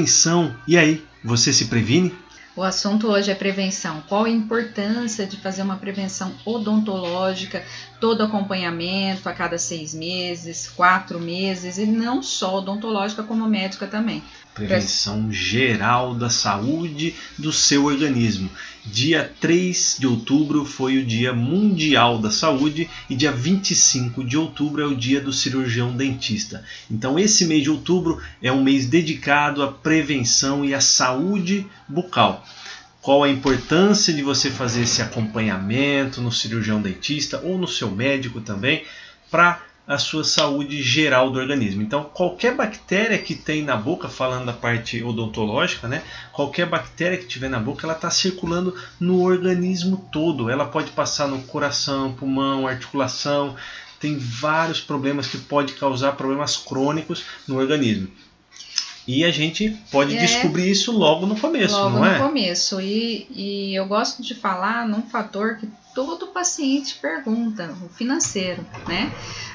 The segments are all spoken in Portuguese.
prevenção. E aí, você se previne? O assunto hoje é prevenção. Qual a importância de fazer uma prevenção odontológica, todo acompanhamento a cada 6 meses, 4 meses, e não só odontológica, como médica também. Prevenção geral da saúde do seu organismo. Dia 3 de outubro foi o Dia Mundial da Saúde e dia 25 de outubro é o Dia do Cirurgião Dentista. Então esse mês de outubro é um mês dedicado à prevenção e à saúde bucal. Qual a importância de você fazer esse acompanhamento no cirurgião dentista ou no seu médico também para a sua saúde geral do organismo. Então, qualquer bactéria que tem na boca, falando da parte odontológica, né? Qualquer bactéria que tiver na boca, ela está circulando no organismo todo. Ela pode passar no coração, pulmão, articulação. Tem vários problemas que pode causar problemas crônicos no organismo. E a gente pode descobrir isso logo no começo, não é? Logo no começo. E eu gosto de falar num fator que todo paciente pergunta, o financeiro, né?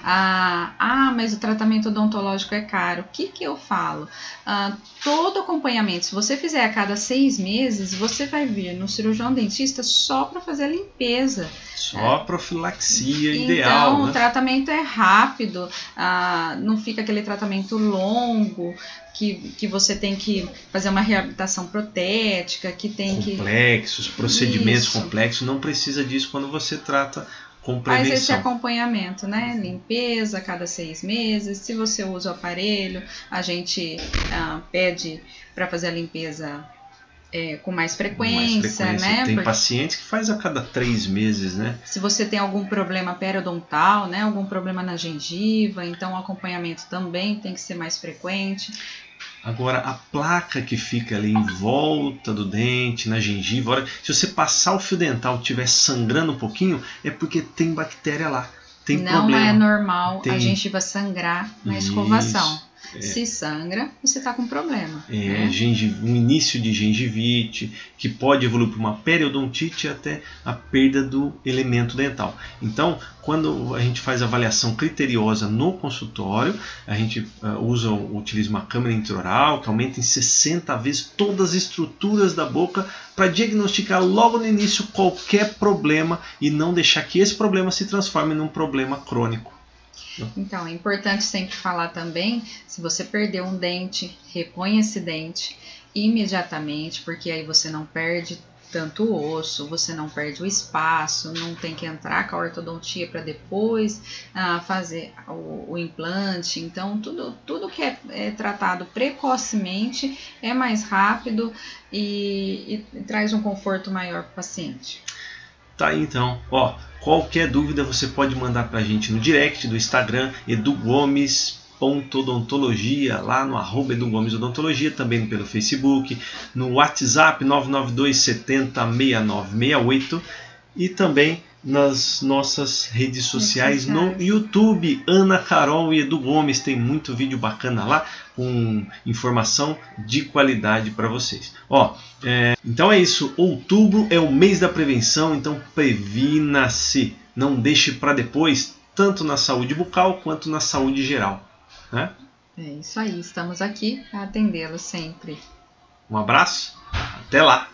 Mas o tratamento odontológico é caro. O que eu falo? Todo acompanhamento, se você fizer a cada 6 meses, você vai vir no cirurgião dentista só para fazer a limpeza. Só a profilaxia ideal. Então, né? O tratamento é rápido, não fica aquele tratamento longo, que você tem que fazer uma reabilitação protética, que tem complexos, procedimentos complexos, não precisa disso quando você trata com prevenção. Faz esse acompanhamento, né? Limpeza a cada 6 meses. Se você usa o aparelho, a gente pede para fazer a limpeza com mais frequência, né? Tem pacientes que faz a cada 3 meses, né? Se você tem algum problema periodontal, né? Algum problema na gengiva, então o acompanhamento também tem que ser mais frequente. Agora, a placa que fica ali em volta do dente, na gengiva, se você passar o fio dental e estiver sangrando um pouquinho, é porque tem bactéria lá, tem problema. Não é normal a gengiva sangrar na escovação. Se sangra, você está com problema. Né? Um início de gengivite, que pode evoluir para uma periodontite até a perda do elemento dental. Então, quando a gente faz avaliação criteriosa no consultório, a gente utiliza uma câmera intraoral que aumenta em 60 vezes todas as estruturas da boca para diagnosticar logo no início qualquer problema e não deixar que esse problema se transforme num problema crônico. Então, é importante sempre falar também, se você perdeu um dente, reponha esse dente imediatamente, porque aí você não perde tanto o osso, você não perde o espaço, não tem que entrar com a ortodontia para depois fazer o implante. Então, tudo que é tratado precocemente é mais rápido e traz um conforto maior para o paciente. Tá aí então, qualquer dúvida você pode mandar pra gente no direct do Instagram edugomes.odontologia, lá no @edugomesodontologia, também pelo Facebook, no WhatsApp 992 70 6968 e também nas nossas redes sociais, no YouTube, Ana Carol e Edu Gomes, tem muito vídeo bacana lá, com informação de qualidade para vocês. Então é isso, outubro é o mês da prevenção, então previna-se, não deixe para depois, tanto na saúde bucal quanto na saúde geral. Né? É isso aí, estamos aqui para atendê-lo sempre. Um abraço, até lá!